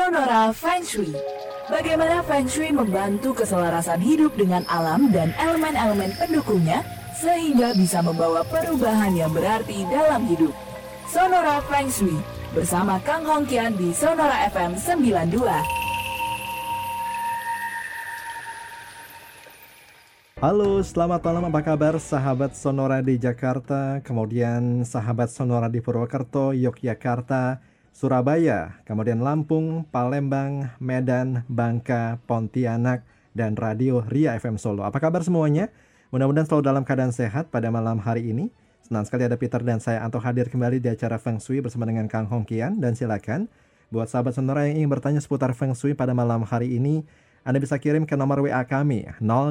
Sonora Feng Shui. Bagaimana Feng Shui membantu keselarasan hidup dengan alam dan elemen-elemen pendukungnya sehingga bisa membawa perubahan yang berarti dalam hidup. Sonora Feng Shui bersama Kang Hongkian di Sonora FM 92. Halo, selamat malam, apa kabar sahabat Sonora di Jakarta, kemudian sahabat Sonora di Purwokerto, Yogyakarta, Surabaya, kemudian Lampung, Palembang, Medan, Bangka, Pontianak, dan Radio Ria FM Solo. Apa kabar semuanya? Mudah-mudahan selalu dalam keadaan sehat pada malam hari ini. Senang sekali ada Peter dan saya Anto hadir kembali di acara Feng Shui bersama dengan Kang Hongkian. Dan silakan buat sahabat Sonora yang ingin bertanya seputar Feng Shui pada malam hari ini, Anda bisa kirim ke nomor WA kami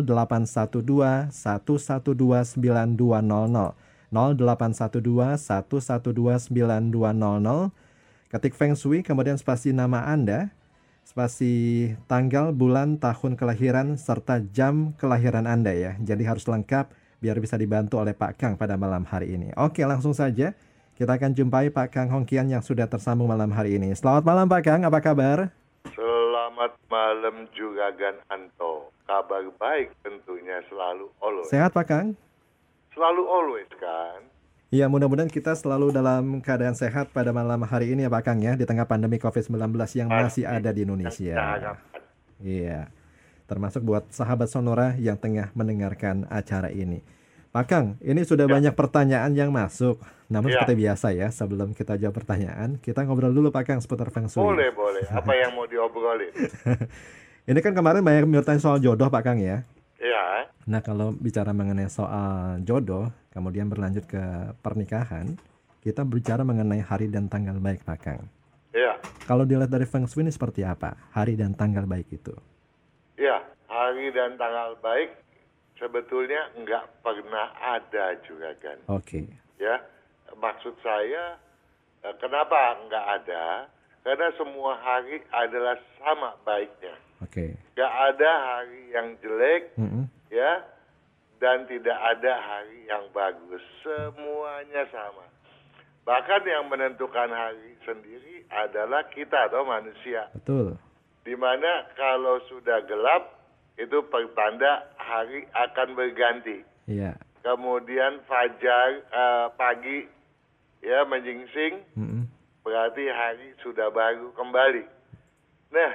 0812 112 9200 0812 112 9200. Ketik Feng Shui, kemudian spasi nama Anda, spasi tanggal, bulan, tahun kelahiran, serta jam kelahiran Anda ya. Jadi harus lengkap biar bisa dibantu oleh Pak Kang pada malam hari ini. Oke, langsung saja kita akan jumpai Pak Kang Hongkian yang sudah tersambung malam hari ini. Selamat malam Pak Kang, apa kabar? Selamat malam Juragan Anto. Kabar baik tentunya, selalu always. Sehat Pak Kang? Selalu always kan? Ya, mudah-mudahan kita selalu dalam keadaan sehat pada malam hari ini ya Pak Kang ya, di tengah pandemi COVID-19 yang masih ada di Indonesia. Iya, termasuk buat sahabat Sonora yang tengah mendengarkan acara ini. Pak Kang, ini sudah banyak pertanyaan yang masuk. Namun seperti biasa ya, sebelum kita jawab pertanyaan, kita ngobrol dulu Pak Kang seputar Feng Shui. Boleh. Apa yang mau diobrolin? Ini kan kemarin banyak bertanya soal jodoh Pak Kang ya. Iya. Nah, kalau bicara mengenai soal jodoh, kemudian berlanjut ke pernikahan, kita bicara mengenai hari dan tanggal baik, Pak Kang. Iya. Kalau dilihat dari Feng Shui ini seperti apa, hari dan tanggal baik itu? Iya, hari dan tanggal baik sebetulnya nggak pernah ada juga kan. Oke. Ya, maksud saya kenapa nggak ada? Karena semua hari adalah sama baiknya. Oke. Nggak ada hari yang jelek, ya, dan tidak ada hari yang bagus. Semuanya sama. Bahkan yang menentukan hari sendiri adalah kita atau manusia. Betul. Dimana kalau sudah gelap, itu pertanda hari akan berganti. Iya. Kemudian fajar, pagi, ya, menyingsing, berarti hari sudah baru kembali. Nah,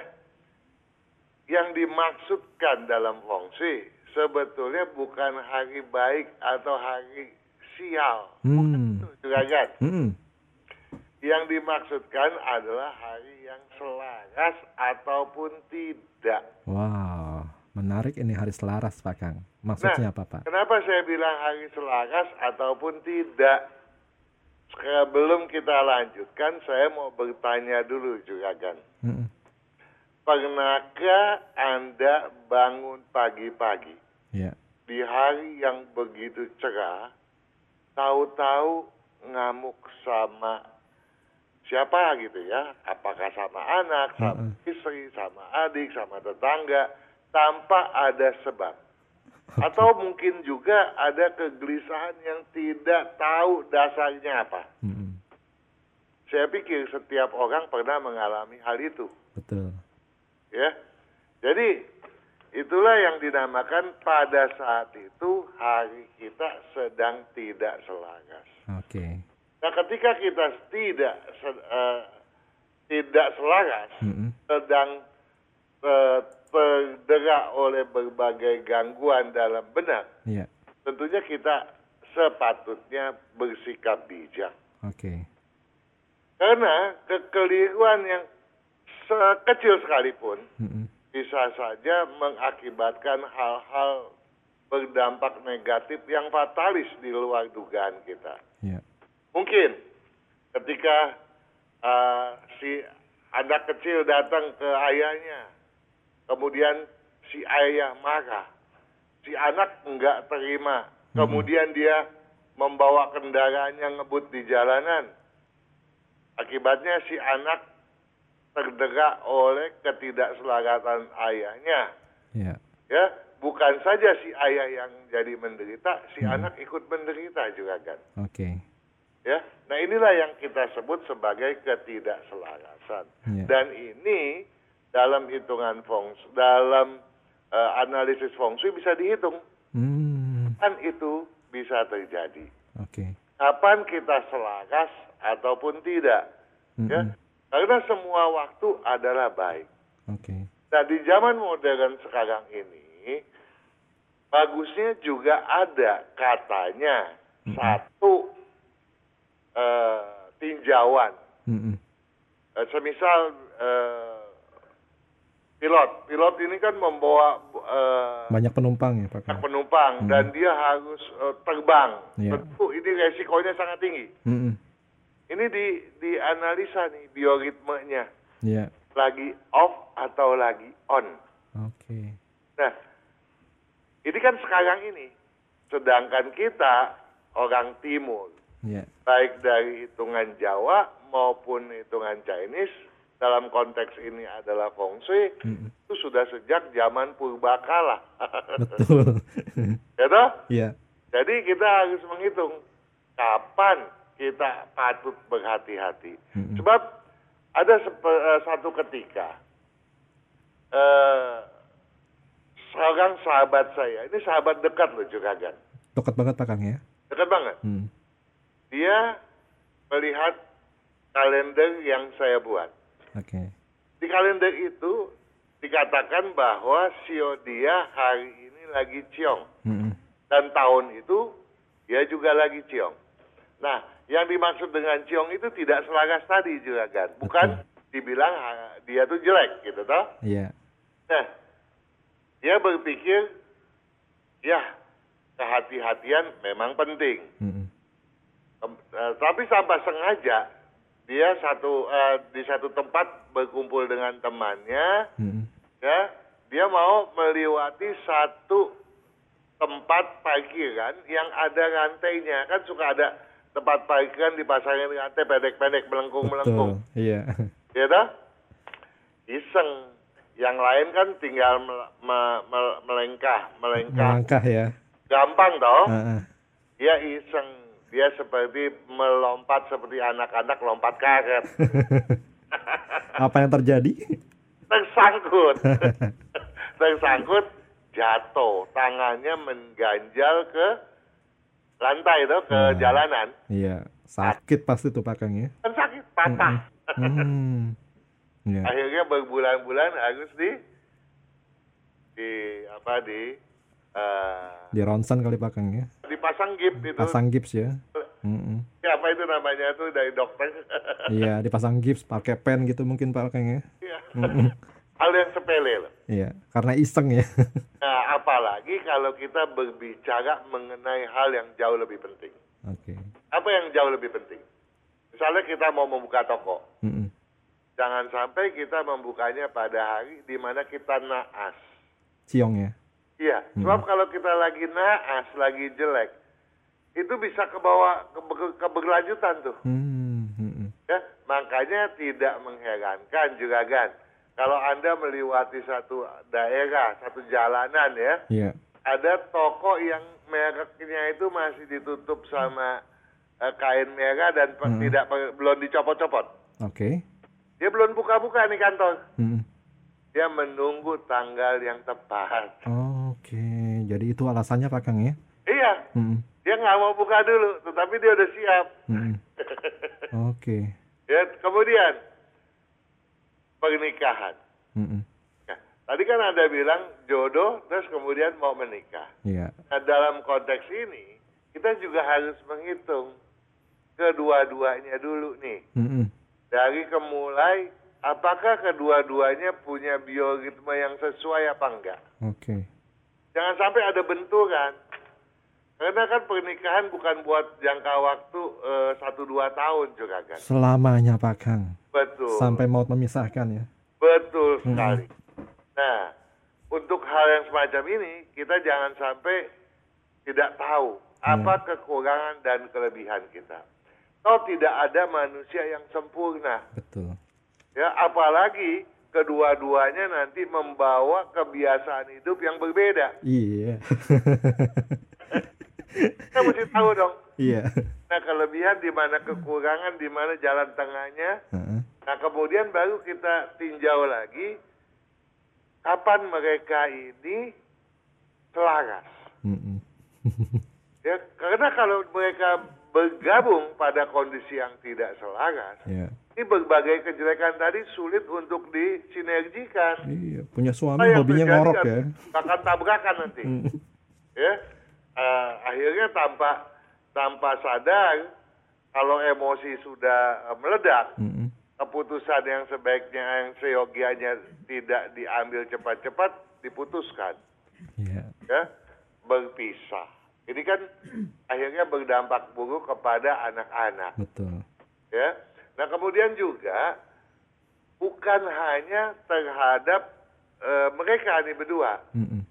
yang dimaksudkan dalam Feng Shui sebetulnya bukan hari baik atau hari sial. Bukan itu juga kan. Yang dimaksudkan adalah hari yang selaras ataupun tidak. Wow, menarik ini hari selaras Pak Kang. Maksudnya apa Pak? Kenapa saya bilang hari selaras ataupun tidak? Sebelum kita lanjutkan, saya mau bertanya dulu juga kan. Pernahkah Anda bangun pagi-pagi di hari yang begitu cerah, tahu-tahu ngamuk sama siapa gitu ya? Apakah sama anak, sama istri, sama adik, sama tetangga, tanpa ada sebab? Atau mungkin juga ada kegelisahan yang tidak tahu dasarnya apa? Saya pikir setiap orang pernah mengalami hal itu. Betul. Ya, jadi itulah yang dinamakan pada saat itu hari kita sedang tidak selaras. Oke. Nah, ketika kita tidak selaras, sedang terdera oleh berbagai gangguan dalam benak, tentunya kita sepatutnya bersikap bijak. Oke. Karena kekeliruan yang sekecil sekalipun bisa saja mengakibatkan hal-hal berdampak negatif yang fatalis di luar dugaan kita. Mungkin ketika si anak kecil datang ke ayahnya, kemudian si ayah marah, si anak enggak terima, kemudian dia membawa kendaraannya ngebut di jalanan. Akibatnya si anak terdera oleh ketidakselaratan ayahnya. Ya, bukan saja si ayah yang jadi menderita, si anak ikut menderita juga kan. Oke. Ya, nah inilah yang kita sebut sebagai ketidakselarasan. Dan ini dalam hitungan dalam analisis feng shui bisa dihitung. Kan itu bisa terjadi. Kapan kita selaras ataupun tidak. Ya, karena semua waktu adalah baik. Nah, di zaman modern sekarang ini, bagusnya juga ada katanya satu tinjauan. Semisal pilot ini kan membawa banyak penumpang ya Pak. Banyak penumpang dan dia harus terbang. Tentu ini resikonya sangat tinggi. Ini dianalisa nih bioritmenya. Lagi off atau lagi on. Nah, ini kan sekarang ini. Sedangkan kita orang timur, baik dari hitungan Jawa maupun hitungan Chinese, dalam konteks ini adalah feng shui, itu sudah sejak zaman purbakala. Betul. Ya toh? Iya. Jadi kita harus menghitung kapan kita patut berhati-hati. Sebab ada satu ketika seorang sahabat saya, ini sahabat dekat loh Juragan. Dekat banget Pak Kang ya? Dekat banget. Dia melihat kalender yang saya buat. Di kalender itu dikatakan bahwa sio dia hari ini lagi ciong. Dan tahun itu dia juga lagi ciong. Nah, yang dimaksud dengan ciong itu tidak selaras tadi Juragan. Bukan dibilang dia tuh jelek gitu toh. Iya. Nah, dia berpikir ya kehati-hatian memang penting. Tapi tanpa sengaja dia di satu tempat berkumpul dengan temannya, ya dia mau melewati satu tempat parkiran yang ada rantainya. Kan suka ada tempat parkiran dipasangin rantai pendek-pendek melengkung-melengkung. Iya. Ya dah? Iseng. Yang lain kan tinggal melangkah ya. Gampang toh? Dia iseng. Dia seperti melompat seperti anak-anak lompat karet. Apa yang terjadi? Tersangkut, jatuh. Tangannya mengganjal ke lantai tuh, ke jalanan. Iya, sakit pasti tuh Pak Kang ya. Kan sakit, patah. Akhirnya berbulan-bulan harus di ronsen kali Pak Kang ya. Dipasang gips itu. Pasang gips ya. Ya, apa itu namanya tuh dari dokter. Iya, dipasang gips, pakai pen gitu mungkin Pak Kang ya. Iya. Hal yang sepele loh. Iya, karena iseng ya. Nah, apalagi kalau kita berbicara mengenai hal yang jauh lebih penting. Apa yang jauh lebih penting? Misalnya kita mau membuka toko. Jangan sampai kita membukanya pada hari di mana kita naas. Ciong ya? Iya, sebab kalau kita lagi naas, lagi jelek, itu bisa kebawa keberlanjutan tuh. Ya, makanya tidak mengherankan Juragan. Kalau Anda melewati satu daerah, satu jalanan ya, ada toko yang mereknya itu masih ditutup sama kain merah dan belum dicopot-copot. Dia belum buka-buka nih kantor. Dia menunggu tanggal yang tepat. Jadi itu alasannya Pak Kang ya? Iya. Dia nggak mau buka dulu, tetapi dia udah siap. Ya, kemudian pernikahan. Nah, tadi kan Anda bilang jodoh, terus kemudian mau menikah. Nah, dalam konteks ini, kita juga harus menghitung kedua-duanya dulu nih. Dari kemulai, apakah kedua-duanya punya bioritme yang sesuai apa enggak? Jangan sampai ada benturan. Karena kan pernikahan bukan buat jangka waktu 1-2 tahun juga kan. Selamanya Pak Kang. Betul. Sampai maut memisahkan ya. Betul sekali. Nah, untuk hal yang semacam ini, kita jangan sampai tidak tahu apa kekurangan dan kelebihan kita. Toh tidak ada manusia yang sempurna. Betul. Ya, apalagi kedua-duanya nanti membawa kebiasaan hidup yang berbeda. Iya. Kita mesti tahu dong. Iya. Nah, kelebihan di mana, kekurangan di mana, jalan tengahnya. Nah, kemudian baru kita tinjau lagi kapan mereka ini selaras. Ya, karena kalau mereka bergabung pada kondisi yang tidak selaras, ini berbagai kejelekan tadi sulit untuk disinergikan. Iya, punya suami hobinya ngorok ya. Bahkan tabrakan nanti. Ya, akhirnya tanpa sadar, kalau emosi sudah meledak, keputusan yang sebaiknya, yang seyogianya tidak diambil cepat-cepat, diputuskan. Ya, berpisah. Ini kan akhirnya berdampak buruk kepada anak-anak. Betul. Ya. Nah, kemudian juga bukan hanya terhadap mereka nih berdua.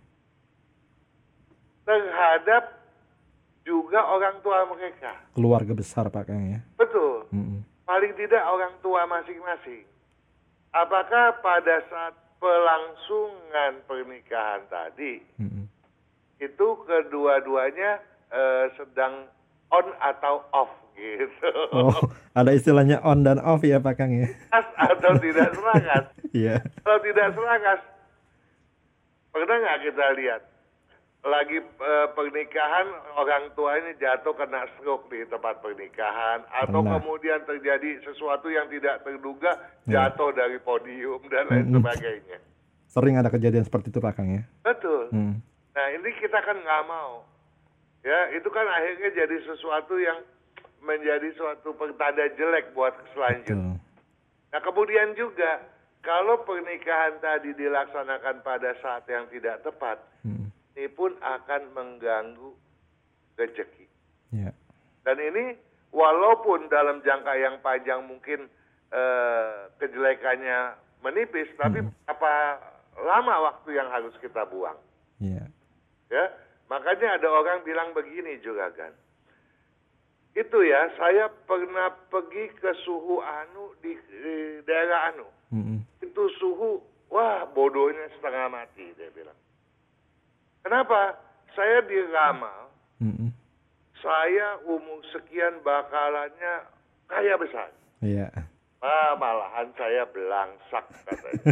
Terhadap juga orang tua mereka. Keluarga besar Pak Kang ya. Betul. Paling tidak orang tua masing-masing. Apakah pada saat pelangsungan pernikahan tadi, itu kedua-duanya sedang on atau off gitu. Oh, ada istilahnya on dan off ya Pak Kang ya? Atau tidak selaras. Iya. Kalau tidak selaras, pernah nggak kita lihat lagi pernikahan, orang tuanya jatuh kena stroke di tempat pernikahan, atau kemudian terjadi sesuatu yang tidak terduga, jatuh dari podium dan lain sebagainya. Sering ada kejadian seperti itu Pak Kang ya? Betul. Nah, ini kita kan nggak mau. Ya, itu kan akhirnya jadi sesuatu yang menjadi suatu pertanda jelek buat selanjutnya. Nah, kemudian juga kalau pernikahan tadi dilaksanakan pada saat yang tidak tepat, ini pun akan mengganggu rezeki. Dan ini walaupun dalam jangka yang panjang mungkin kejelekannya menipis, tapi apa lama waktu yang harus kita buang. Ya, makanya ada orang bilang begini juga kan. Itu ya, saya pernah pergi ke suhu anu di daerah anu. Itu suhu, wah bodohnya setengah mati dia bilang. Kenapa? Saya diramal, saya umur sekian bakalannya kaya besar. Malahan saya belangsak katanya.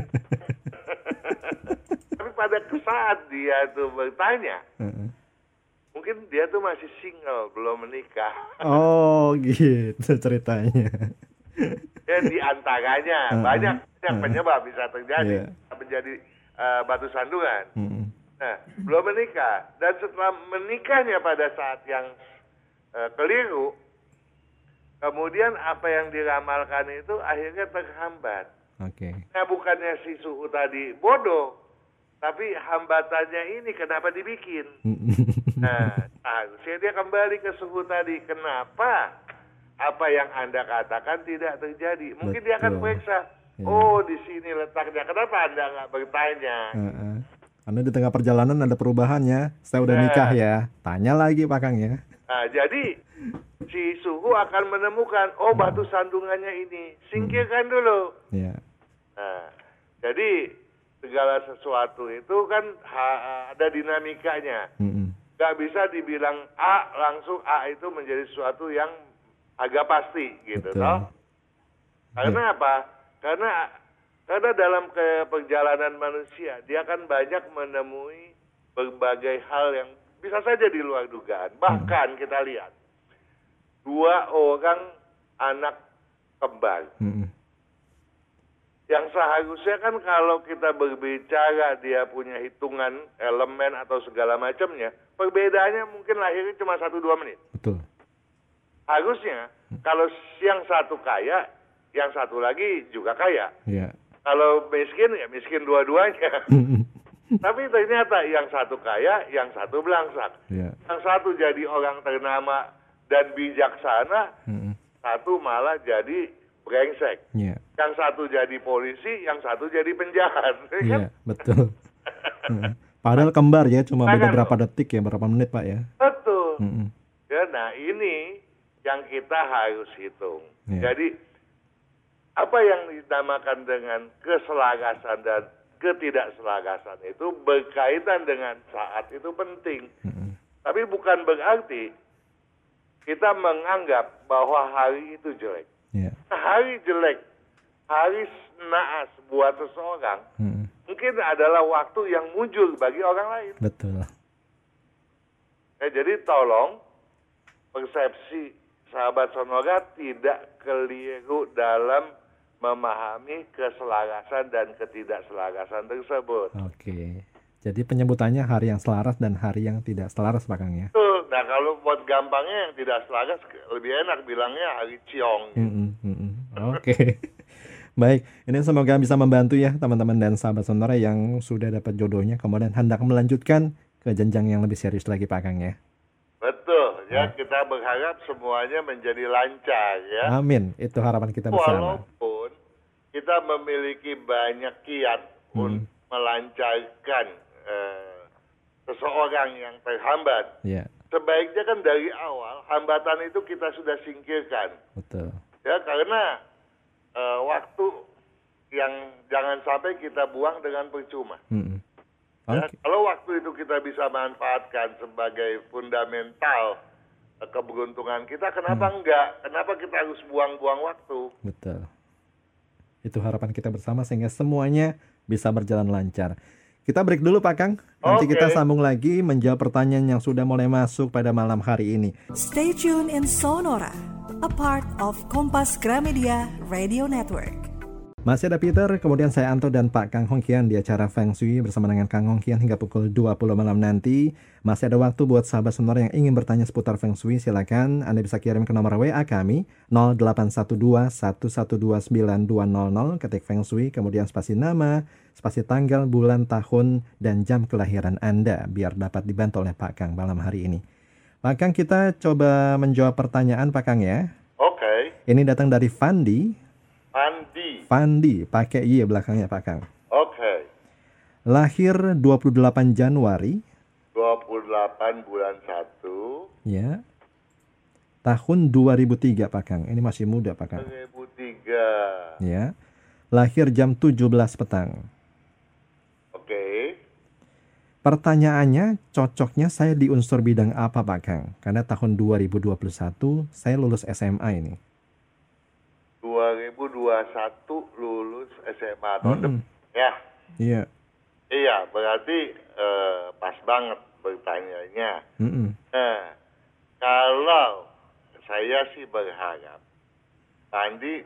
Tapi pada saat dia tuh bertanya, mungkin dia tuh masih single, belum menikah. Oh gitu ceritanya. Ya, di antaranya banyak penyebab bisa terjadi, menjadi batu sandungan. Nah, belum menikah, dan setelah menikahnya pada saat yang keliru, kemudian apa yang diramalkan itu akhirnya terhambat. Nah, bukannya si suhu tadi bodoh, tapi hambatannya ini kenapa dibikin? Nah, harusnya dia kembali ke suhu tadi. Kenapa apa yang Anda katakan tidak terjadi? Mungkin dia akan periksa. Oh, di sini letaknya. Kenapa Anda nggak bertanya? Karena di tengah perjalanan ada perubahannya. Saya udah nikah ya. Tanya lagi Pak Kang ya. Nah, jadi si suhu akan menemukan, oh batu sandungannya ini. Singkirkan dulu. Nah, jadi segala sesuatu itu kan ada dinamikanya. Gak bisa dibilang A, langsung A itu menjadi sesuatu yang agak pasti gitu. Toh? Karena apa? Karena dalam perjalanan manusia, dia akan banyak menemui berbagai hal yang bisa saja di luar dugaan. Bahkan kita lihat, 2 orang anak kembar. Yang seharusnya kan kalau kita berbicara dia punya hitungan elemen atau segala macamnya, perbedaannya mungkin lahirnya cuma 1-2 menit. Betul. Harusnya kalau yang satu kaya, yang satu lagi juga kaya. Kalau miskin ya miskin dua-duanya. Tapi ternyata yang satu kaya, yang satu belangsak. Yang satu jadi orang ternama dan bijaksana, satu malah jadi brengsek. Yang satu jadi polisi, yang satu jadi penjahat. Iya, betul. Padahal kembar ya, cuma beda berapa detik ya, berapa menit Pak ya. Betul. Ya, nah ini yang kita harus hitung. Jadi apa yang dinamakan dengan keselarasan dan ketidakselarasan itu berkaitan dengan saat itu penting. Tapi bukan berarti kita menganggap bahwa hari itu jelek. Yeah. Hari jelek, hari naas buat seseorang, mungkin adalah waktu yang muncul bagi orang lain. Betul. Jadi tolong persepsi sahabat Sonora tidak keliru dalam memahami keselarasan dan ketidakselarasan tersebut. Oke. Jadi penyebutannya hari yang selaras dan hari yang tidak selaras, Pak Kang ya? Betul. Nah kalau buat gampangnya yang tidak selaras lebih enak bilangnya hari ciong. Oke. Baik, ini semoga bisa membantu ya teman-teman dan sahabat Sonora yang sudah dapat jodohnya kemudian hendak melanjutkan ke jenjang yang lebih serius lagi, Pak Kang ya. Betul, ya kita berharap semuanya menjadi lancar ya. Amin, itu harapan kita bersama. Walaupun kita memiliki banyak kiat untuk melancarkan seseorang yang terhambat. Yeah. Sebaiknya kan dari awal hambatan itu kita sudah singkirkan. Betul. Ya karena waktu yang jangan sampai kita buang dengan percuma. Ya, kalau waktu itu kita bisa manfaatkan sebagai fundamental keberuntungan kita, kenapa enggak? Kenapa kita harus buang-buang waktu? Betul. Itu harapan kita bersama sehingga semuanya bisa berjalan lancar. Kita break dulu Pak Kang. Nanti kita sambung lagi menjawab pertanyaan yang sudah mulai masuk pada malam hari ini. Stay tuned in Sonora, a part of Kompas Gramedia Radio Network. Masih ada Peter, kemudian saya Anto dan Pak Kang Hongkian di acara Feng Shui bersama dengan Kang Hongkian hingga pukul 20 malam nanti. Masih ada waktu buat sahabat Sonora yang ingin bertanya seputar Feng Shui, silakan Anda bisa kirim ke nomor WA kami 0812-1129200, ketik Feng Shui, kemudian spasi nama, spasi tanggal, bulan, tahun, dan jam kelahiran Anda biar dapat dibantu oleh Pak Kang malam hari ini. Pak Kang, kita coba menjawab pertanyaan Pak Kang ya. Oke. Ini datang dari Fandi, pakai Y belakangnya Pak Kang. Oke. Lahir 28 Januari. 28 bulan 1. Ya. Tahun 2003 Pak Kang. Ini masih muda Pak Kang. 2003. Ya. Lahir jam 17 petang. Oke. Pertanyaannya, cocoknya saya di unsur bidang apa Pak Kang? Karena tahun 2021 saya lulus SMA ini. 2021 lulus SMA tahun depan ya. Iya. Iya, berarti pas banget bertanyanya. Nah, kalau saya sih berharap Pandi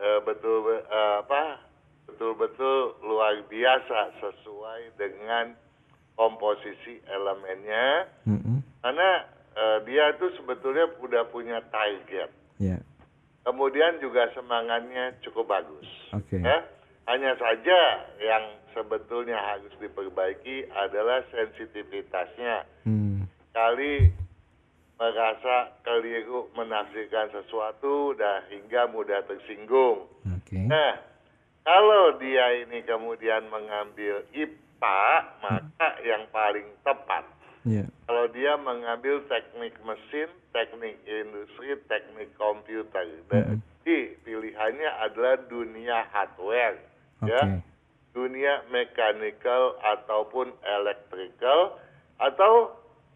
betul-betul luar biasa sesuai dengan komposisi elemennya. Karena dia itu sebetulnya udah punya target. Iya. Kemudian juga semangatnya cukup bagus. Okay. Ya? Hanya saja yang sebetulnya harus diperbaiki adalah sensitivitasnya. Kali merasa keliru menafsirkan sesuatu dan hingga mudah tersinggung. Okay. Nah, kalau dia ini kemudian mengambil IPA, maka yang paling tepat. Yeah. Kalau dia mengambil teknik mesin, teknik industri, teknik komputer, jadi pilihannya adalah dunia hardware, ya, dunia mechanical ataupun electrical, atau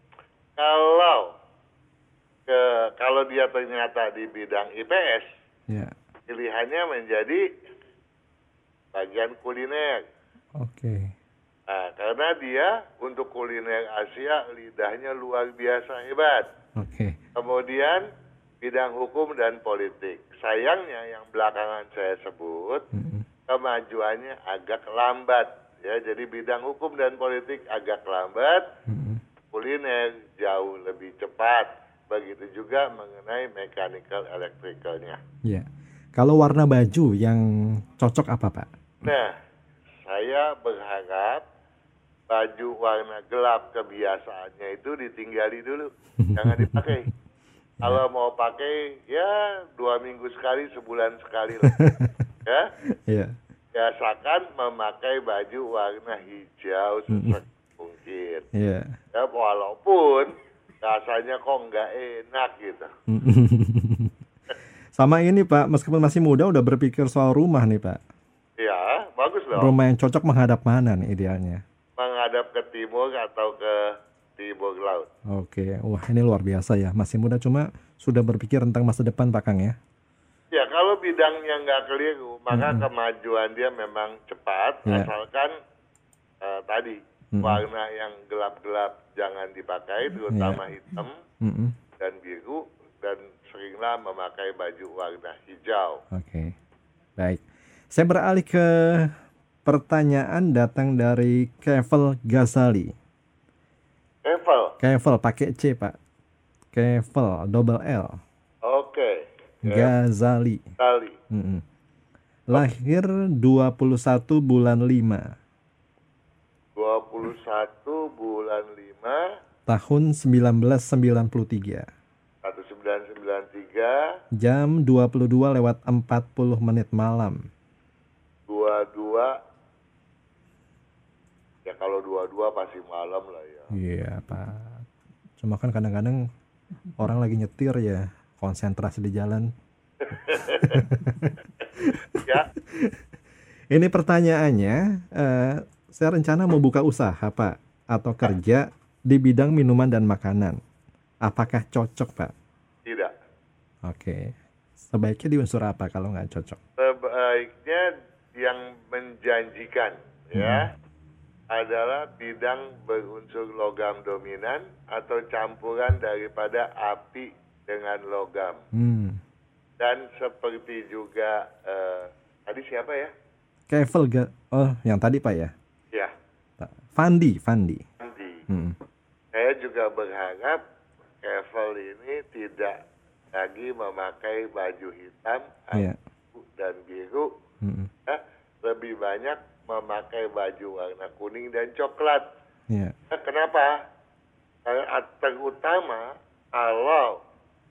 kalau dia ternyata di bidang IPS, pilihannya menjadi bagian kuliner. Nah, karena dia untuk kuliner Asia lidahnya luar biasa hebat. Kemudian bidang hukum dan politik. Sayangnya yang belakangan saya sebut kemajuannya agak lambat. Ya, jadi bidang hukum dan politik agak lambat. Kuliner jauh lebih cepat. Begitu juga mengenai mechanical electricalnya. Ya. Kalau warna baju yang cocok apa Pak? Nah, saya berharap baju warna gelap kebiasaannya itu ditinggali dulu, jangan dipakai. Kalau mau pakai ya 2 minggu sekali, sebulan sekali lah. Ya, biasakan memakai baju warna hijau sesek mungkin. Ya, walaupun rasanya kok nggak enak gitu. Sama ini Pak, meskipun masih muda udah berpikir soal rumah nih Pak. Ya, bagus loh. Rumah yang cocok menghadap mana nih idealnya? Menghadap ke timur atau ke timur laut. Oke, wah ini luar biasa ya. Masih muda cuma sudah berpikir tentang masa depan Pak Kang ya? Ya, kalau bidangnya nggak keliru, maka kemajuan dia memang cepat, asalkan tadi warna yang gelap-gelap jangan dipakai, terutama hitam dan biru, dan seringlah memakai baju warna hijau. Oke, baik. Saya beralih ke pertanyaan datang dari Kevel Ghazali. Kevel pakai C Pak. Kevel double L. Oke. Ghazali. Lahir 21 bulan 5. 21 bulan 5. Tahun 1993. 1993. Jam 22:40 malam. 22. Ya kalau 22 pasti malam lah ya. Iya Pak. Cuma kan kadang-kadang orang lagi nyetir ya. Konsentrasi di jalan. Ya. Ini pertanyaannya, saya rencana mau buka usaha Pak, atau kerja di bidang minuman dan makanan. Apakah cocok Pak? Tidak. Oke. Sebaiknya di unsur apa kalau nggak cocok? Sebaiknya yang menjanjikan ya adalah bidang berunsur logam dominan atau campuran daripada api dengan logam. Dan seperti juga tadi siapa ya? Kevel, yang tadi Pak ya? Ya. Fandi. Saya juga berharap Kevel ini tidak lagi memakai baju hitam dan biru, lebih banyak memakai baju warna kuning dan coklat. Kenapa? Terutama kalau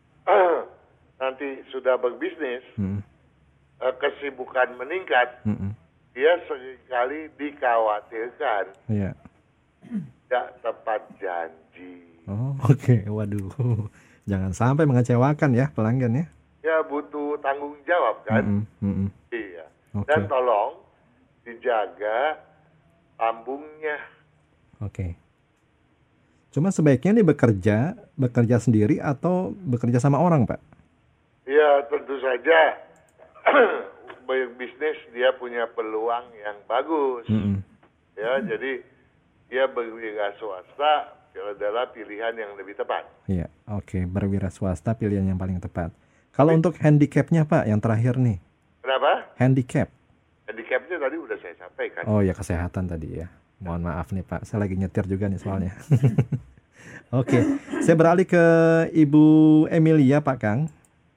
nanti sudah berbisnis, kesibukan meningkat, dia seringkali dikhawatirkan tidak tepat janji. Oke. Waduh, jangan sampai mengecewakan ya pelanggan ya. Ya butuh tanggung jawab kan. Iya. Dan tolong dijaga lambungnya. Oke. Cuma sebaiknya nih bekerja sendiri atau bekerja sama orang Pak? Ya tentu saja berbisnis dia punya peluang yang bagus. Ya jadi dia berwira swasta adalah pilihan yang lebih tepat. Iya, oke, berwira swasta pilihan yang paling tepat. Kalau untuk handicapnya Pak, yang terakhir nih. Kenapa? Handicapnya tadi udah saya sampaikan. Oh ya, kesehatan tadi ya. Mohon maaf nih Pak, saya lagi nyetir juga nih soalnya. Oke, saya beralih ke Ibu Emilia Pak Kang.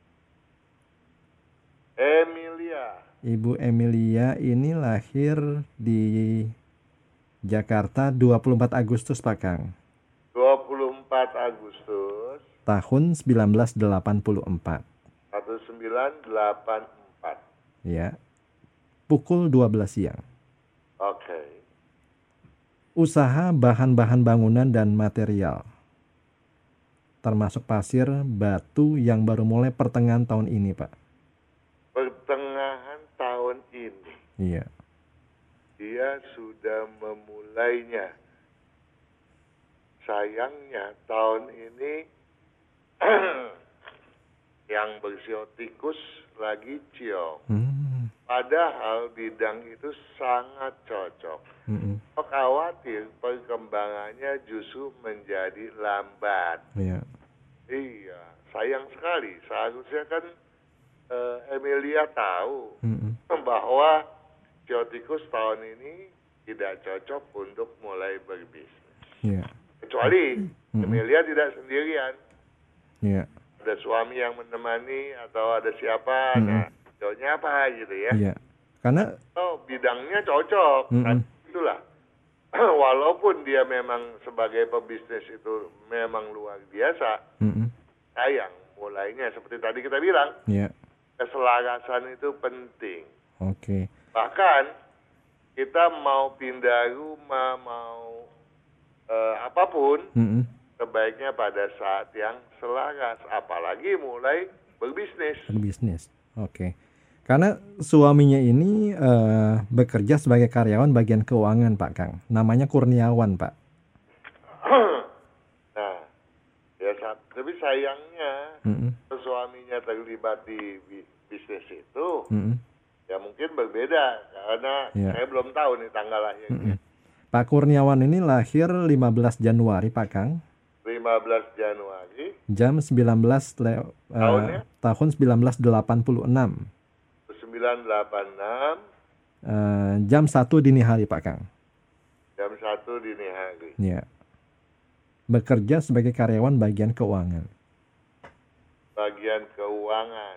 Ibu Emilia ini lahir di Jakarta 24 Agustus Pak Kang. 24 Agustus. Tahun 1984. 1984. Ya. Pukul 12 siang. Oke. Usaha bahan-bahan bangunan dan material, termasuk pasir, batu yang baru mulai pertengahan tahun ini, Pak. Pertengahan tahun ini? Iya. Dia sudah memulainya. Sayangnya tahun ini yang bersio tikus lagi ciong. Padahal bidang itu sangat cocok. Khawatir perkembangannya justru menjadi lambat. Iya, sayang sekali. Seharusnya kan Emilia tahu bahwa Ciotikus tahun ini tidak cocok untuk mulai berbisnis. Kecuali Emilia tidak sendirian. Ada suami yang menemani atau ada siapa. Nah, cocoknya apa gitu ya. Karena bidangnya cocok. Itulah. Walaupun dia memang sebagai pebisnis itu memang luar biasa. Sayang mulainya seperti tadi kita bilang. Keselarasan itu penting. Bahkan kita mau pindah rumah, mau apapun, sebaiknya pada saat yang selaras, apalagi mulai berbisnis. Karena suaminya ini bekerja sebagai karyawan bagian keuangan Pak Kang. Namanya Kurniawan Pak. Nah, ya Tapi sayangnya suaminya terlibat di bisnis itu, ya mungkin berbeda karena saya belum tahu nih tanggal lahirnya. Pak Kurniawan ini lahir 15 Januari Pak Kang. 15 Januari. Jam 19 tahun 1986. 986. Jam 1 dini hari Pak Kang. Jam 1 dini hari. Ya. Bekerja sebagai karyawan bagian keuangan. Bagian keuangan.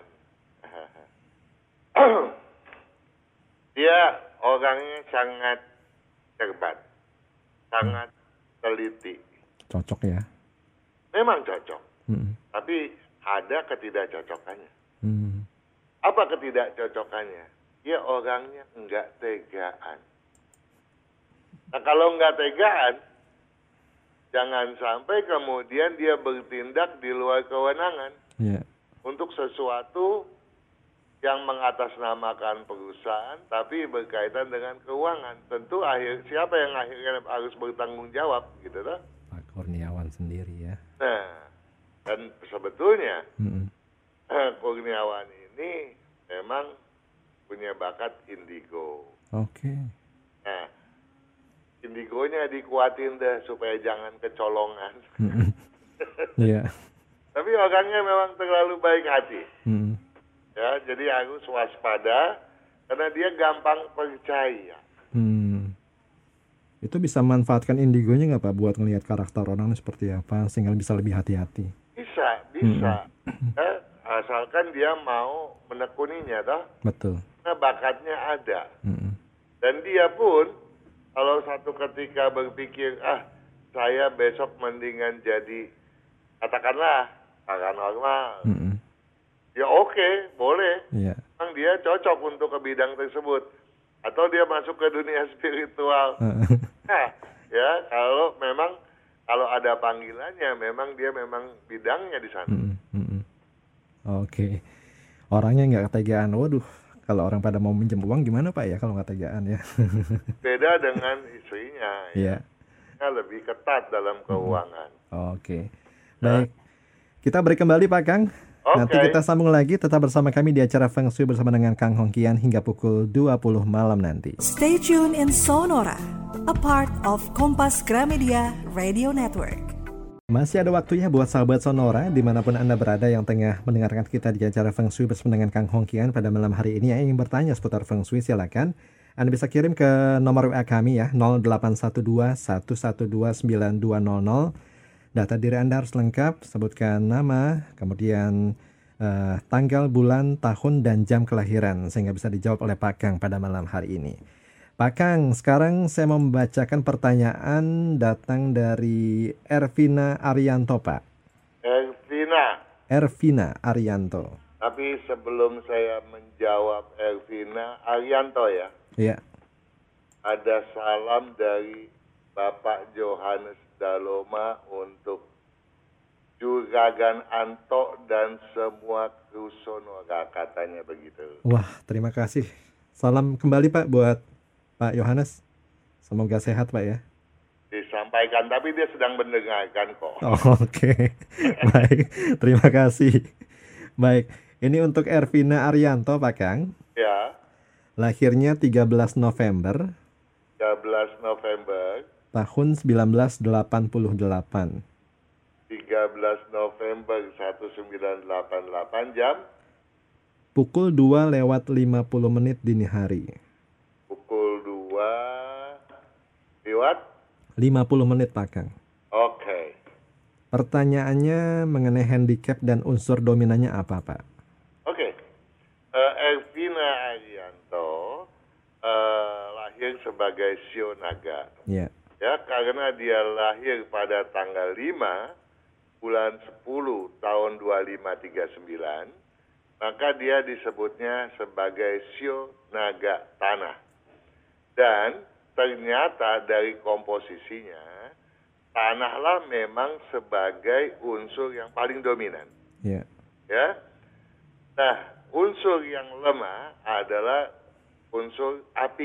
Dia orangnya sangat cermat, sangat teliti. Cocok ya? Memang cocok. Tapi ada ketidakcocokannya. Apa ketidakcocokannya? Dia orangnya enggak tegaan. Nah kalau enggak tegaan, jangan sampai kemudian dia bertindak di luar kewenangan untuk sesuatu yang mengatasnamakan perusahaan tapi berkaitan dengan keuangan. Tentu siapa yang akhirnya harus bertanggung jawab gitu loh. Pak Kurniawan sendiri ya. Nah, dan sebetulnya Kurniawan ini memang punya bakat indigo. Oke. Nah, indigonya dikuatin deh supaya jangan kecolongan. Iya. Tapi orangnya memang terlalu baik hati. Ya, jadi harus waspada karena dia gampang percaya. Itu bisa manfaatkan indigonya nggak Pak buat ngelihat karakter orang seperti apa sehingga bisa lebih hati-hati? Bisa. Asalkan dia mau menekuninya, toh. Betul. Nah, bakatnya ada. Dan dia pun kalau satu ketika berpikir, saya besok mendingan jadi katakanlah paranormal. Ya oke, boleh. Memang dia cocok untuk ke bidang tersebut. Atau dia masuk ke dunia spiritual. Nah, ya kalau ada panggilannya, memang dia memang bidangnya di sana. Oke. Orangnya nggak ketegaan. Waduh, kalau orang pada mau minjem uang gimana Pak ya kalau nggak tegaan ya? Beda dengan istrinya. Iya. Ya, lebih ketat dalam keuangan. Oke. Baik. Kita break kembali Pak Kang. Nanti kita sambung lagi, tetap bersama kami di acara Feng Shui bersama dengan Kang Hongkian hingga pukul 20 malam nanti. Stay tuned in Sonora, a part of Kompas Gramedia Radio Network. Masih ada waktunya buat sahabat Sonora dimanapun Anda berada yang tengah mendengarkan kita di acara Feng Shui bersama dengan Kang Hongkian pada malam hari ini yang ingin bertanya seputar Feng Shui, silakan. Anda bisa kirim ke nomor WA kami ya, 0812 112 9200. Data diri Anda harus lengkap, sebutkan nama, kemudian tanggal, bulan, tahun, dan jam kelahiran sehingga bisa dijawab oleh Pak Kang pada malam hari ini. Pak Kang, sekarang saya mau membacakan pertanyaan datang dari Ervina Arianto, Pak. Ervina Arianto. Tapi sebelum saya menjawab Ervina Arianto ya. Iya. Ada salam dari Bapak Johannes Daloma untuk Juragan Anto dan semua kru Sonora, katanya begitu. Wah, terima kasih. Salam kembali Pak buat Pak Yohanes. Semoga sehat Pak ya. Disampaikan, tapi dia sedang mendengarkan kok. Oke. Baik, terima kasih. Baik, ini untuk Ervina Arianto Pak Kang. Ya. Lahirnya 13 November. 13 November. Tahun 1988. 13 November 1988 jam? Pukul 2:50 dini hari. Pukul 2:50 Pak Kang. Oke. Pertanyaannya mengenai handicap dan unsur dominannya apa Pak? Oke. Ervina Arianto lahir sebagai Shio Naga. Ya. Ya, karena dia lahir pada tanggal 5 bulan 10 tahun 2539, maka dia disebutnya sebagai Shio Naga Tanah. Dan ternyata dari komposisinya, tanahlah memang sebagai unsur yang paling dominan. Ya. Ya. Nah, unsur yang lemah adalah unsur api.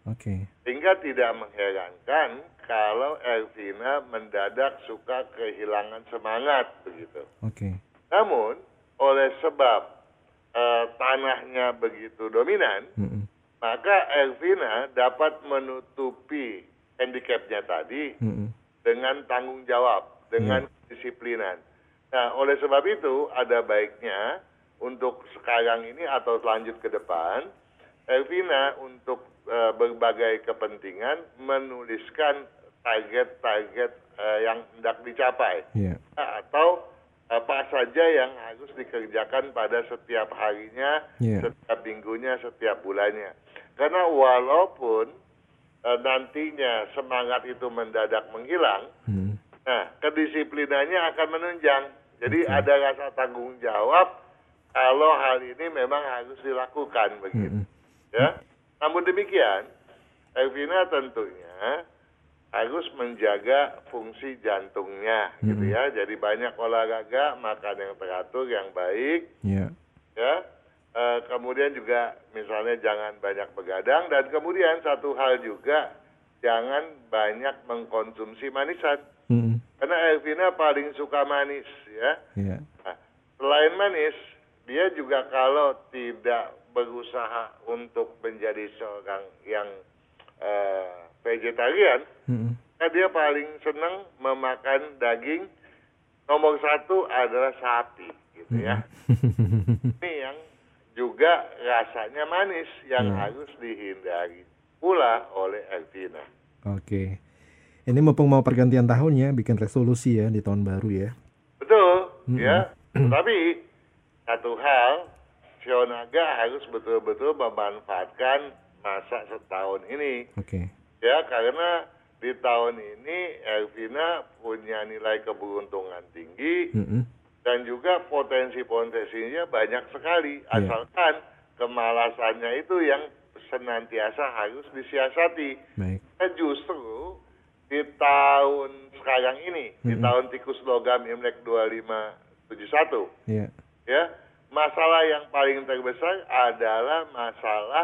Oke. Sehingga tidak mengherankan kalau Elvina mendadak suka kehilangan semangat begitu. Oke. Namun oleh sebab tanahnya begitu dominan, maka Elvina dapat menutupi handicapnya tadi dengan tanggung jawab, dengan kedisiplinan. Nah, oleh sebab itu ada baiknya untuk sekarang ini atau lanjut ke depan, Elvina untuk berbagai kepentingan menuliskan target-target yang hendak dicapai. Atau apa saja yang harus dikerjakan pada setiap harinya, setiap minggunya, setiap bulannya. Karena walaupun nantinya semangat itu mendadak menghilang, nah kedisiplinannya akan menunjang. Jadi ada rasa tanggung jawab kalau hal ini memang harus dilakukan begitu. Ya. Namun demikian, Elvina tentunya harus menjaga fungsi jantungnya, gitu ya. Jadi banyak olahraga, makan yang teratur, yang baik, ya. Kemudian juga misalnya jangan banyak begadang, dan kemudian satu hal juga jangan banyak mengkonsumsi manisan, karena Elvina paling suka manis, ya. Nah, selain manis, dia juga kalau tidak berusaha untuk menjadi seorang yang vegetarian, dia paling senang memakan daging. Nomor satu adalah sapi, gitu ya. Ini yang juga rasanya manis yang harus dihindari pula oleh Elvina. Oke. Ini mumpung mau pergantian tahun ya, bikin resolusi ya di tahun baru ya. Betul, ya. Tapi satu hal, Sionaga harus betul-betul memanfaatkan masa setahun ini. Ya, karena di tahun ini Elvina punya nilai keberuntungan tinggi dan juga potensi-potensinya banyak sekali. Asalkan kemalasannya itu yang senantiasa harus disiasati. Dan justru di tahun sekarang ini, di tahun tikus logam Imlek 2571, ya, masalah yang paling terbesar adalah masalah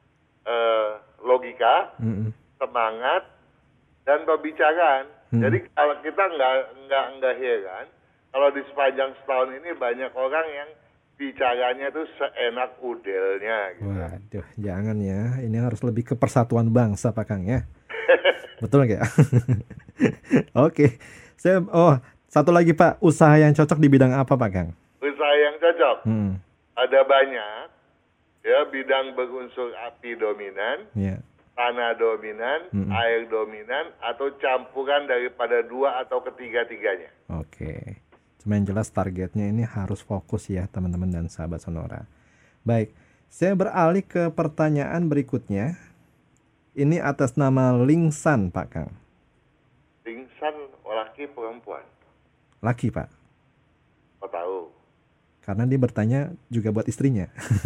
logika, semangat, dan pembicaraan. Jadi kalau kita nggak heran kalau di sepanjang setahun ini banyak orang yang bicaranya tuh seenak udelnya. Gitu. Waduh, jangan ya. Ini harus lebih ke persatuan bangsa, Pak Kang ya. Betul nggak? Oke. Satu lagi Pak, usaha yang cocok di bidang apa Pak Kang? Usaha yang cocok? Ada banyak. Ya, bidang berunsur api dominan, tanah dominan, air dominan, atau campuran daripada dua atau ketiga-tiganya. Oke. Cuma yang jelas targetnya ini harus fokus ya teman-teman dan sahabat Sonora. Baik, saya beralih ke pertanyaan berikutnya. Ini atas nama Lingsan Pak Kang. Lingsan laki perempuan? Laki Pak. Oh tahu. Karena dia bertanya juga buat istrinya.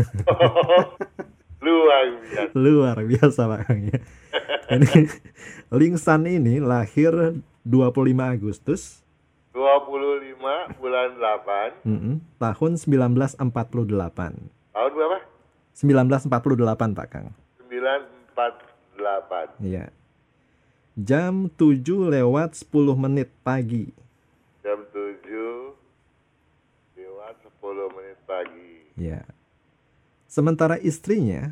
Luar biasa Pak Kang ya. Ini Lingsan ini lahir 25 Agustus 25 bulan 8 tahun 1948. Tahun berapa? 1948 Pak Kang. 948. Iya. Jam 7:10 pagi. Jam 7:10 pagi. Ya. Sementara istrinya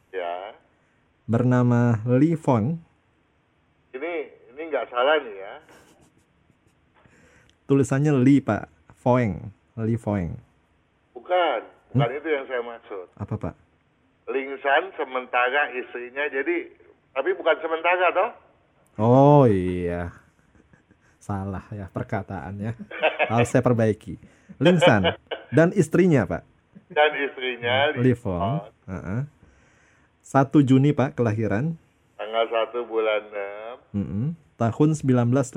bernama Li Fong. Ini nggak salah nih ya. Tulisannya Li Pak, Foeng, Li Foeng. Bukan itu yang saya maksud. Apa Pak? Lingsan sementara istrinya, jadi tapi bukan sementara toh? Oh iya, salah ya perkataannya. Harus saya perbaiki. Lingsan dan istrinya Pak. Dan istrinya Li Fong. 1 Juni Pak kelahiran. Tanggal 1 bulan 6. Tahun 1958.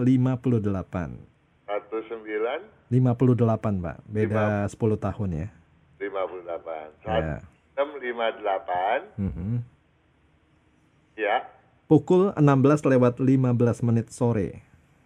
58 Pak. Beda 10 tahun ya. 58. 1658. Ya. Pukul 16:15 sore.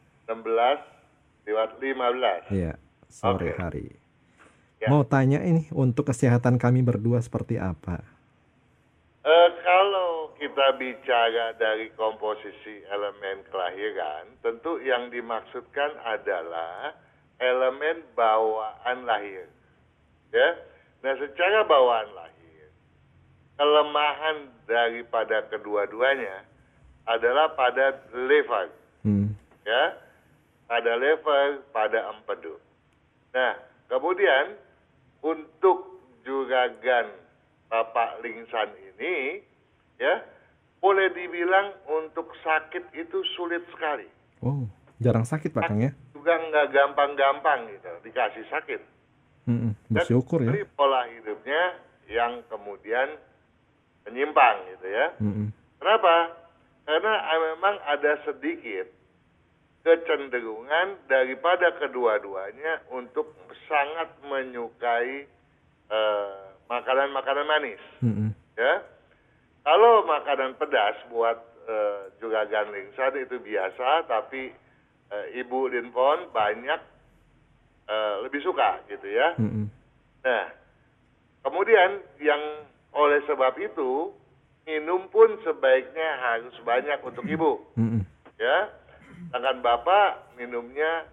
16:15. Iya, sore hari. Ya. Mau tanya ini untuk kesehatan kami berdua seperti apa? Kalau kita bicara dari komposisi elemen kelahiran, tentu yang dimaksudkan adalah elemen bawaan lahir. Ya. Nah, secara bawaan lahir, kelemahan daripada kedua-duanya adalah pada lever. Ya. Pada lever, pada empedu. Nah, kemudian untuk juragan Bapak Lingsan ini, ya, boleh dibilang untuk sakit itu sulit sekali. Oh, jarang sakit Pak Kang ya? Juga nggak gampang-gampang gitu, dikasih sakit. Bersyukur dan ya. Pola hidupnya yang kemudian menyimpang gitu ya. Kenapa? Karena memang ada sedikit kecenderungan daripada kedua-duanya untuk sangat menyukai makanan-makanan manis. Ya, kalau makanan pedas buat juragan Lingsan itu biasa, tapi Ibu Linpon banyak lebih suka gitu ya. Nah, kemudian yang oleh sebab itu minum pun sebaiknya harus banyak untuk Ibu. Ya, sedangkan Bapak minumnya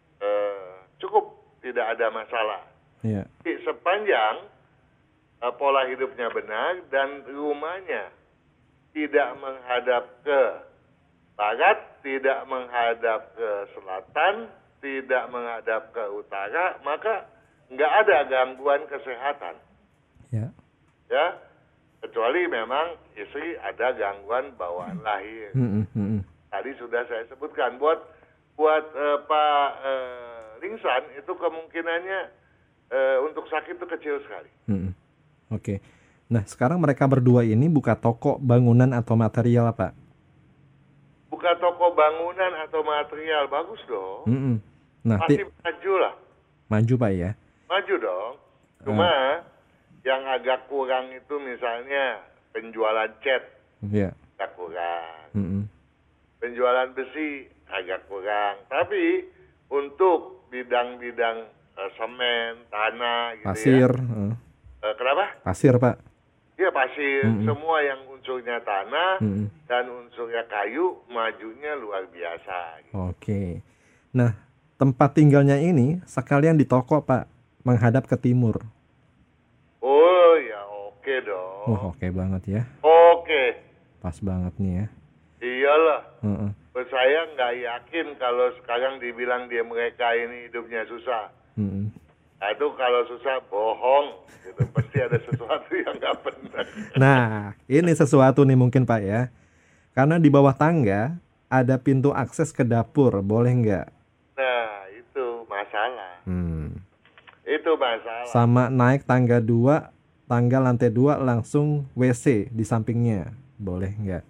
cukup, tidak ada masalah. Yeah. Sepanjang pola hidupnya benar dan rumahnya tidak menghadap ke barat, tidak menghadap ke selatan, tidak menghadap ke utara, maka nggak ada gangguan kesehatan. Yeah. Ya, kecuali memang istri ada gangguan bawaan lahir. Tadi sudah saya sebutkan, buat Pak Lingsan itu kemungkinannya untuk sakit itu kecil sekali. Oke. Nah, sekarang mereka berdua ini buka toko bangunan atau material, Pak? Buka toko bangunan atau material, bagus dong. Nah, pasti maju lah. Maju, Pak ya? Maju dong. Cuma yang agak kurang itu misalnya penjualan cat, agak kurang. Penjualan besi agak kurang. Tapi untuk bidang-bidang semen, tanah, gitu pasir. Ya. Kenapa? Pasir, Pak. Iya, pasir. Semua yang unsurnya tanah dan unsurnya kayu, majunya luar biasa. Gitu. Oke. Nah, tempat tinggalnya ini sekalian di toko, Pak, menghadap ke timur. Oh ya, oke dong. Wah, oke banget ya. Oke. Pas banget nih ya. Iyalah. Saya nggak yakin kalau sekarang dibilang mereka ini hidupnya susah. Nah, itu kalau susah bohong, gitu. Pasti ada sesuatu yang nggak benar. Nah, ini sesuatu nih mungkin Pak ya. Karena di bawah tangga ada pintu akses ke dapur, boleh nggak? Nah, itu masalah. Itu masalah. Sama naik tangga 2, tangga lantai 2 langsung WC di sampingnya, boleh nggak?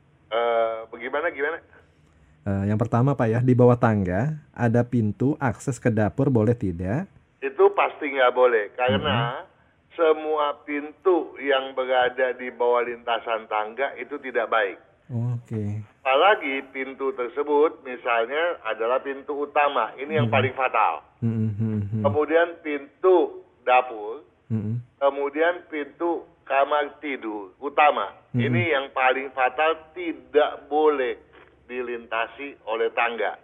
Gimana? Yang pertama Pak ya, di bawah tangga ada pintu akses ke dapur, boleh tidak? Itu pasti nggak boleh, karena semua pintu yang berada di bawah lintasan tangga itu tidak baik. Oke. Apalagi pintu tersebut misalnya adalah pintu utama, ini yang paling fatal. Kemudian pintu dapur, kemudian pintu kamar tidur utama, ini yang paling fatal, tidak boleh dilintasi oleh tangga.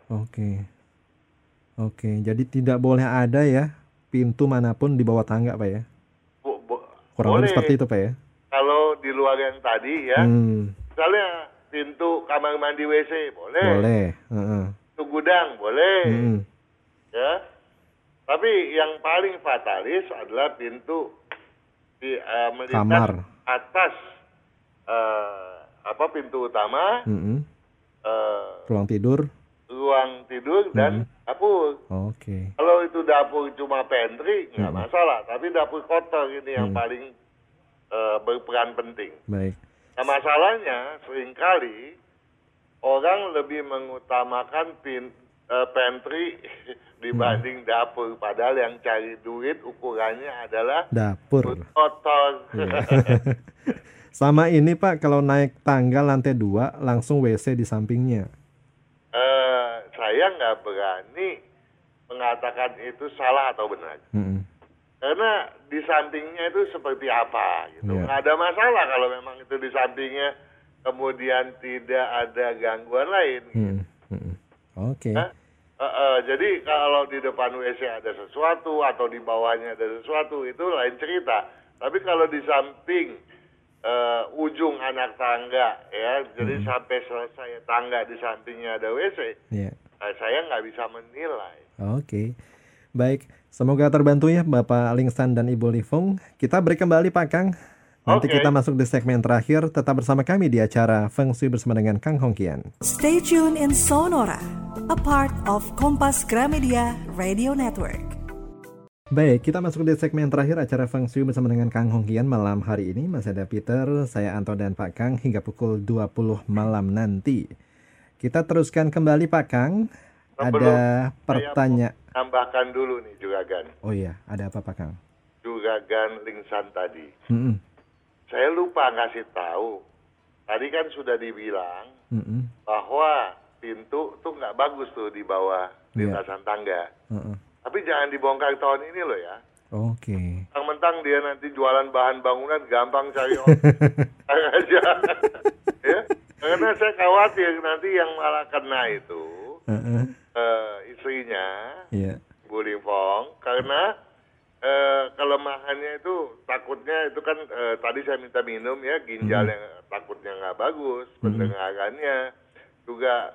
Oke, jadi tidak boleh ada ya pintu manapun di bawah tangga, Pak ya? Kurang lebih seperti itu, Pak ya? Kalau di luar yang tadi ya, misalnya pintu kamar mandi WC, boleh. Boleh. Pintu gudang, boleh. Ya. Tapi yang paling fatalis adalah pintu di melintas kamar atas pintu utama, ruang tidur dan dapur. Oke. Kalau itu dapur cuma pantry nggak masalah, tapi dapur kotor ini yang paling berperan penting. Baik. Nah, masalahnya seringkali orang lebih mengutamakan pantry dibanding dapur, padahal yang cari duit ukurannya adalah dapur kotor. Sama ini Pak, kalau naik tangga lantai 2 langsung WC di sampingnya. Saya nggak berani mengatakan itu salah atau benar. Karena di sampingnya itu seperti apa gitu. Nggak ada masalah kalau memang itu di sampingnya kemudian tidak ada gangguan lain. Oke. Jadi kalau di depan WC ada sesuatu atau di bawahnya ada sesuatu, itu lain cerita. Tapi kalau di samping ujung anak tangga, ya, jadi sampai selesai tangga di sampingnya ada WC, saya nggak bisa menilai. Oke. Baik, semoga terbantu ya Bapak Lingsan dan Ibu Livung. Kita break kembali Pak Kang. Nanti kita masuk di segmen terakhir. Tetap bersama kami di acara Feng Shui bersama dengan Kang Hongkian. Stay tuned in Sonora, a part of Kompas Gramedia Radio Network. Baik, kita masuk di segmen terakhir acara Feng Shui bersama dengan Kang Hongkian malam hari ini. Masih ada Peter, saya Anto dan Pak Kang hingga pukul 20 malam nanti. Kita teruskan kembali Pak Kang. Ada pertanyaan. Tambahkan dulu nih Juragan. Oh iya, ada apa Pak Kang? Juragan Lingsan tadi. Saya lupa ngasih tahu. Tadi kan sudah dibilang bahwa pintu tuh nggak bagus tuh di bawah lintasan tangga. Tapi jangan dibongkar tahun ini loh ya. Oke. Mentang-mentang dia nanti jualan bahan bangunan gampang cari orang aja. Ya, karena saya khawatir nanti yang malah kena itu istrinya, Bu Livong, karena kelemahannya itu takutnya itu kan tadi saya minta minum ya, ginjal yang takutnya nggak bagus, pendengarannya juga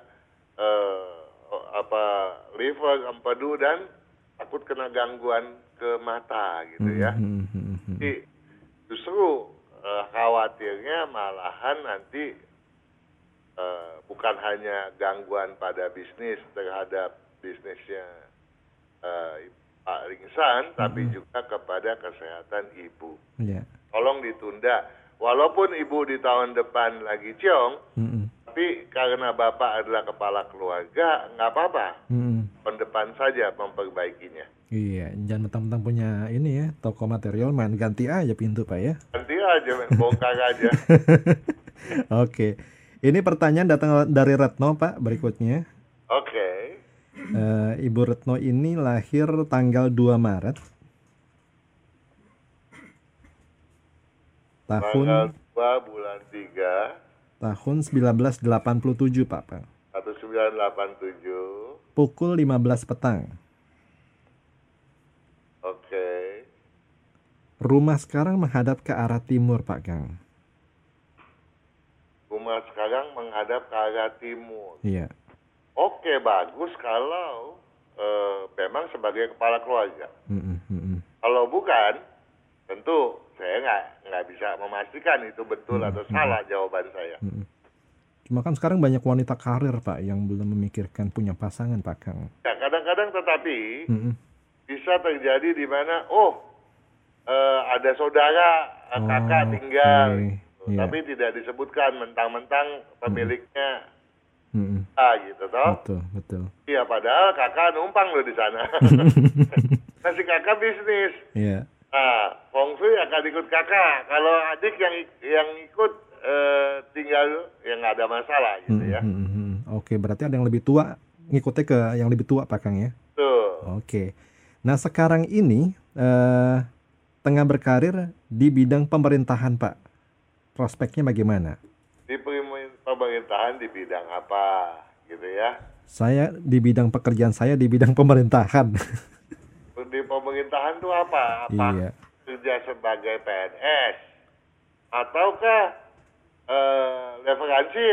liver, empedu, dan takut kena gangguan ke mata gitu ya. Jadi justru khawatirnya malahan nanti bukan hanya gangguan pada bisnis terhadap bisnisnya Pak Lingsan, tapi juga kepada kesehatan ibu. Tolong ditunda. Walaupun ibu di tahun depan lagi ciong, tapi karena Bapak adalah kepala keluarga, nggak apa-apa. Tahun depan saja memperbaikinya. Iya, jangan mentang-mentang punya ini ya, toko material, main ganti aja pintu Pak ya. Ganti aja, bongkar aja. Oke. Ini pertanyaan datang dari Retno Pak, berikutnya. Oke. Ibu Retno ini lahir tanggal 2 Maret. Tanggal 2 bulan 3. Tahun 1987 Pak. 1987. Pukul 15 petang. Oke. Rumah sekarang menghadap ke arah timur Pak Kang. Rumah sekarang menghadap ke arah timur. Iya. Oke, bagus kalau memang sebagai kepala keluarga. Kalau bukan, tentu saya nggak bisa memastikan itu betul atau salah jawaban saya. Cuma kan sekarang banyak wanita karir Pak yang belum memikirkan punya pasangan Pak Kang. Ya, kadang-kadang tetapi bisa terjadi di mana ada saudara kakak tinggal, tapi tidak disebutkan, mentang-mentang pemiliknya gitu toh. Betul. Iya, padahal kakak numpang loh di sana. Masih kakak bisnis. Iya. Nah, Feng Shui akan ikut kakak. Kalau adik yang ikut tinggal ya nggak ada masalah gitu ya. Oke, berarti ada yang lebih tua ngikutnya ke yang lebih tua Pak Kang ya. Tuh. Oke. Nah sekarang ini tengah berkarir di bidang pemerintahan Pak. Prospeknya bagaimana? Di pemerintahan di bidang apa gitu ya? Saya di bidang pekerjaan saya di bidang pemerintahan. Di pemerintahan itu apa? Iya. Kerja sebagai PNS ataukah leveransi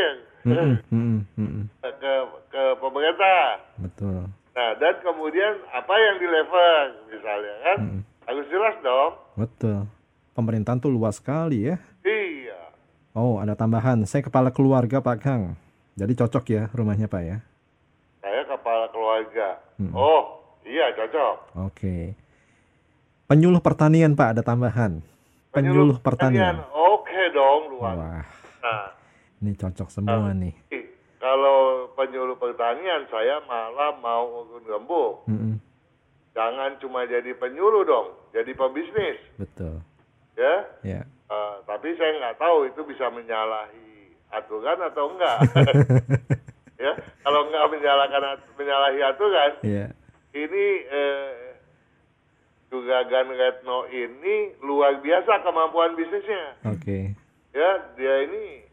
ke pemerintah? Betul. Nah, dan kemudian apa yang di level misalnya kan? Harus jelas dong. Betul. Pemerintahan tuh luas sekali ya. Iya. Oh, ada tambahan. Saya kepala keluarga Pak Kang. Jadi cocok ya rumahnya Pak ya? Saya kepala keluarga. Oh, iya cocok. Oke. Penyuluh pertanian Pak, ada tambahan. Penyuluh pertanian. Oke dong, luar. Wah. Nah, ini cocok semua nih. Kalau penyuluh pertanian saya malah mau urun rembuk. Jangan cuma jadi penyuluh dong, jadi pebisnis. Betul. Ya? Ya. Tapi saya nggak tahu itu bisa menyalahi aturan atau enggak. Ya, kalau nggak menyalahi aturan, ini Juragan Retno ini luar biasa kemampuan bisnisnya. Oke. Ya, dia ini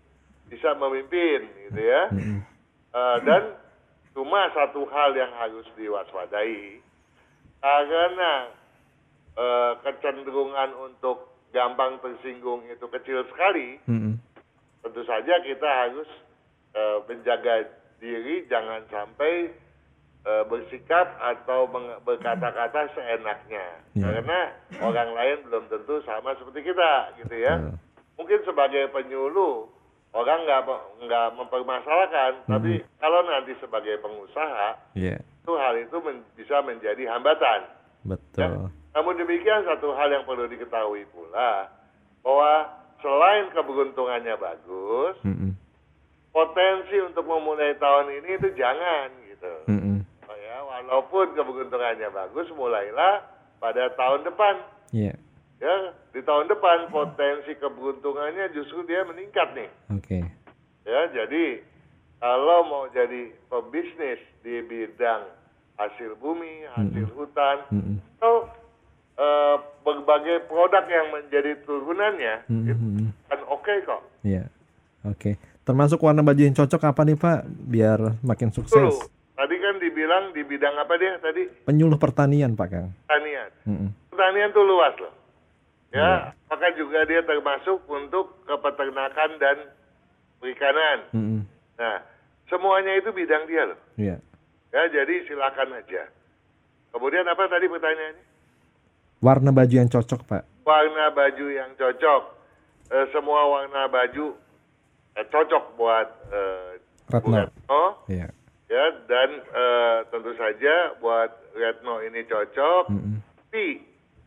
bisa memimpin gitu ya. Dan cuma satu hal yang harus diwaspadai, karena kecenderungan untuk gampang tersinggung itu kecil sekali, tentu saja kita harus menjaga diri jangan sampai bersikap atau berkata-kata seenaknya. Karena orang lain belum tentu sama seperti kita, gitu ya. Mungkin sebagai penyuluh, orang nggak mempermasalahkan, tapi kalau nanti sebagai pengusaha, itu hal itu bisa menjadi hambatan. Betul. Ya? Namun demikian, satu hal yang perlu diketahui pula, bahwa selain keberuntungannya bagus, potensi untuk memulai tahun ini itu jangan, gitu. Walaupun keberuntungannya bagus, mulailah pada tahun depan. Ya, di tahun depan potensi keberuntungannya justru dia meningkat nih. Ya, jadi kalau mau jadi pebisnis di bidang hasil bumi, hasil hutan, atau berbagai produk yang menjadi turunannya, itu kan oke kok. Termasuk warna baju yang cocok apa nih Pak, biar makin sukses? Tadi kan dibilang di bidang apa dia tadi? Penyuluh pertanian Pak Kang. Pertanian. Pertanian tuh luas loh. Ya, maka juga dia termasuk untuk kepeternakan dan perikanan. Nah, semuanya itu bidang dia loh. Ya, jadi silakan aja. Kemudian apa tadi pertanyaannya? Warna baju yang cocok Pak. Warna baju yang cocok. Semua warna baju cocok buat Retno. Ya, dan tentu saja buat Retno ini cocok. Tapi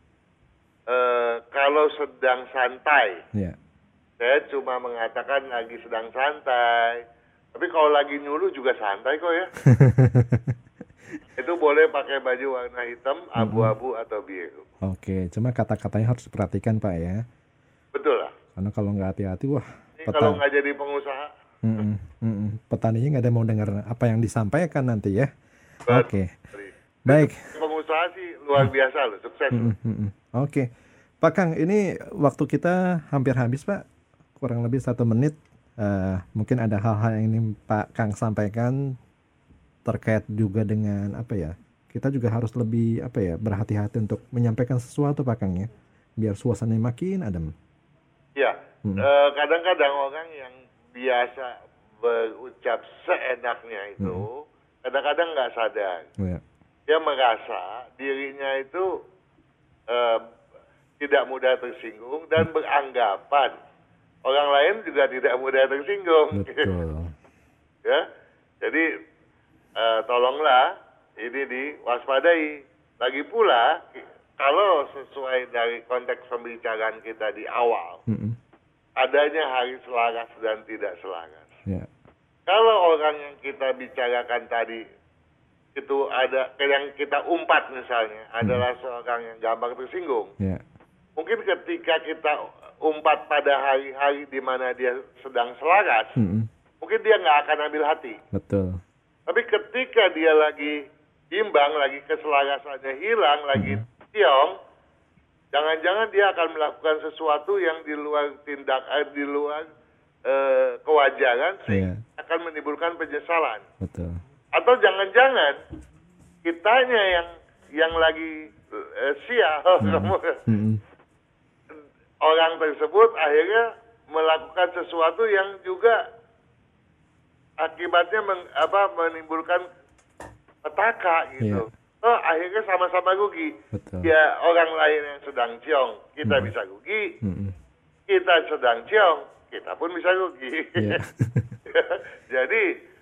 kalau sedang santai, saya cuma mengatakan lagi sedang santai. Tapi kalau lagi nyuluh juga santai kok ya. Itu boleh pakai baju warna hitam, abu-abu atau biru. Cuma kata-katanya harus diperhatikan Pak ya. Betul lah. Karena kalau nggak hati-hati, wah. Kalau nggak jadi pengusaha. Petaninya nggak ada mau dengar apa yang disampaikan nanti ya. Baik. Pengusaha sih luar biasa loh, sukses. Pak Kang, ini waktu kita hampir habis Pak, kurang lebih 1 menit. Mungkin ada hal-hal yang ingin Pak Kang sampaikan terkait juga dengan apa ya? Kita juga harus lebih berhati-hati untuk menyampaikan sesuatu Pak Kang ya, biar suasananya makin adem. Ya, kadang-kadang orang yang biasa berucap seenaknya itu kadang-kadang nggak sadar. Dia merasa dirinya itu tidak mudah tersinggung dan beranggapan orang lain juga tidak mudah tersinggung. Ya, jadi tolonglah ini diwaspadai. Lagi pula kalau sesuai dari konteks pembicaraan kita di awal, adanya hari selaras dan tidak selaras. Kalau orang yang kita bicarakan tadi itu ada yang kita umpat misalnya adalah seorang yang gampang tersinggung. Mungkin ketika kita umpat pada hari-hari di mana dia sedang selaras, mungkin dia nggak akan ambil hati. Tapi ketika dia lagi imbang, lagi keselarasannya hilang, lagi tiong, jangan-jangan dia akan melakukan sesuatu yang di luar di luar kewajaran sehingga akan menimbulkan penyesalan. Atau jangan-jangan kitanya yang lagi sial, orang tersebut akhirnya melakukan sesuatu yang juga akibatnya menimbulkan petaka gitu. Akhirnya sama-sama rugi. Ya, orang lain yang sedang ciong, kita bisa rugi. Kita sedang ciong, kita pun bisa rugi. Jadi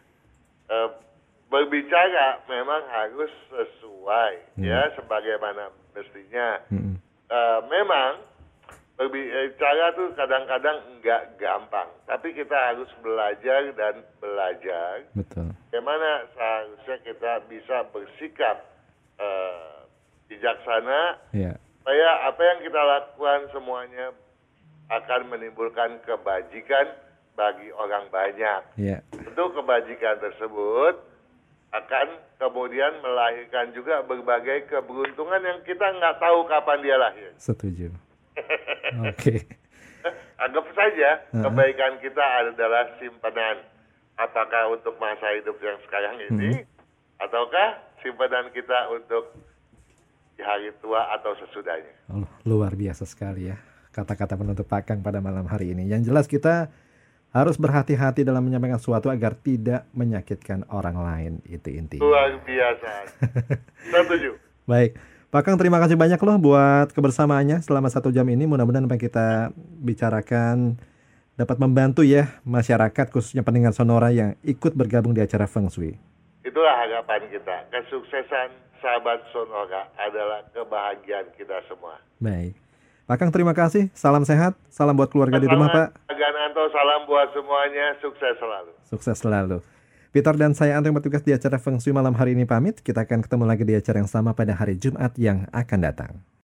berbicara memang harus sesuai ya sebagaimana mestinya. Memang berbicara tuh kadang-kadang enggak gampang, tapi kita harus belajar dan belajar. Bagaimana seharusnya kita bisa bersikap bijaksana, supaya apa yang kita lakukan semuanya akan menimbulkan kebajikan bagi orang banyak. Tentu kebajikan tersebut akan kemudian melahirkan juga berbagai keberuntungan yang kita nggak tahu kapan dia lahir. Setuju. Anggap saja kebaikan kita adalah simpanan. Apakah untuk masa hidup yang sekarang ini, ataukah simpanan kita untuk di hari tua atau sesudahnya. Oh, luar biasa sekali ya kata-kata penutup Pak Kang pada malam hari ini. Yang jelas kita harus berhati-hati dalam menyampaikan sesuatu agar tidak menyakitkan orang lain. Itu intinya. Luar biasa. Setuju. Baik. Pak Kang, terima kasih banyak loh buat kebersamaannya selama 1 jam ini. Mudah-mudahan apa yang kita bicarakan dapat membantu ya masyarakat, khususnya pendengar Sonora yang ikut bergabung di acara Feng Shui. Itulah harapan kita. Kesuksesan sahabat Sonora adalah kebahagiaan kita semua. Baik. Pak Kang, terima kasih. Salam sehat. Salam buat keluarga di rumah, Pak. Gananto, salam buat semuanya. Sukses selalu. Sukses selalu. Peter dan saya Anto yang bertugas di acara Feng Shui malam hari ini pamit. Kita akan ketemu lagi di acara yang sama pada hari Jumat yang akan datang.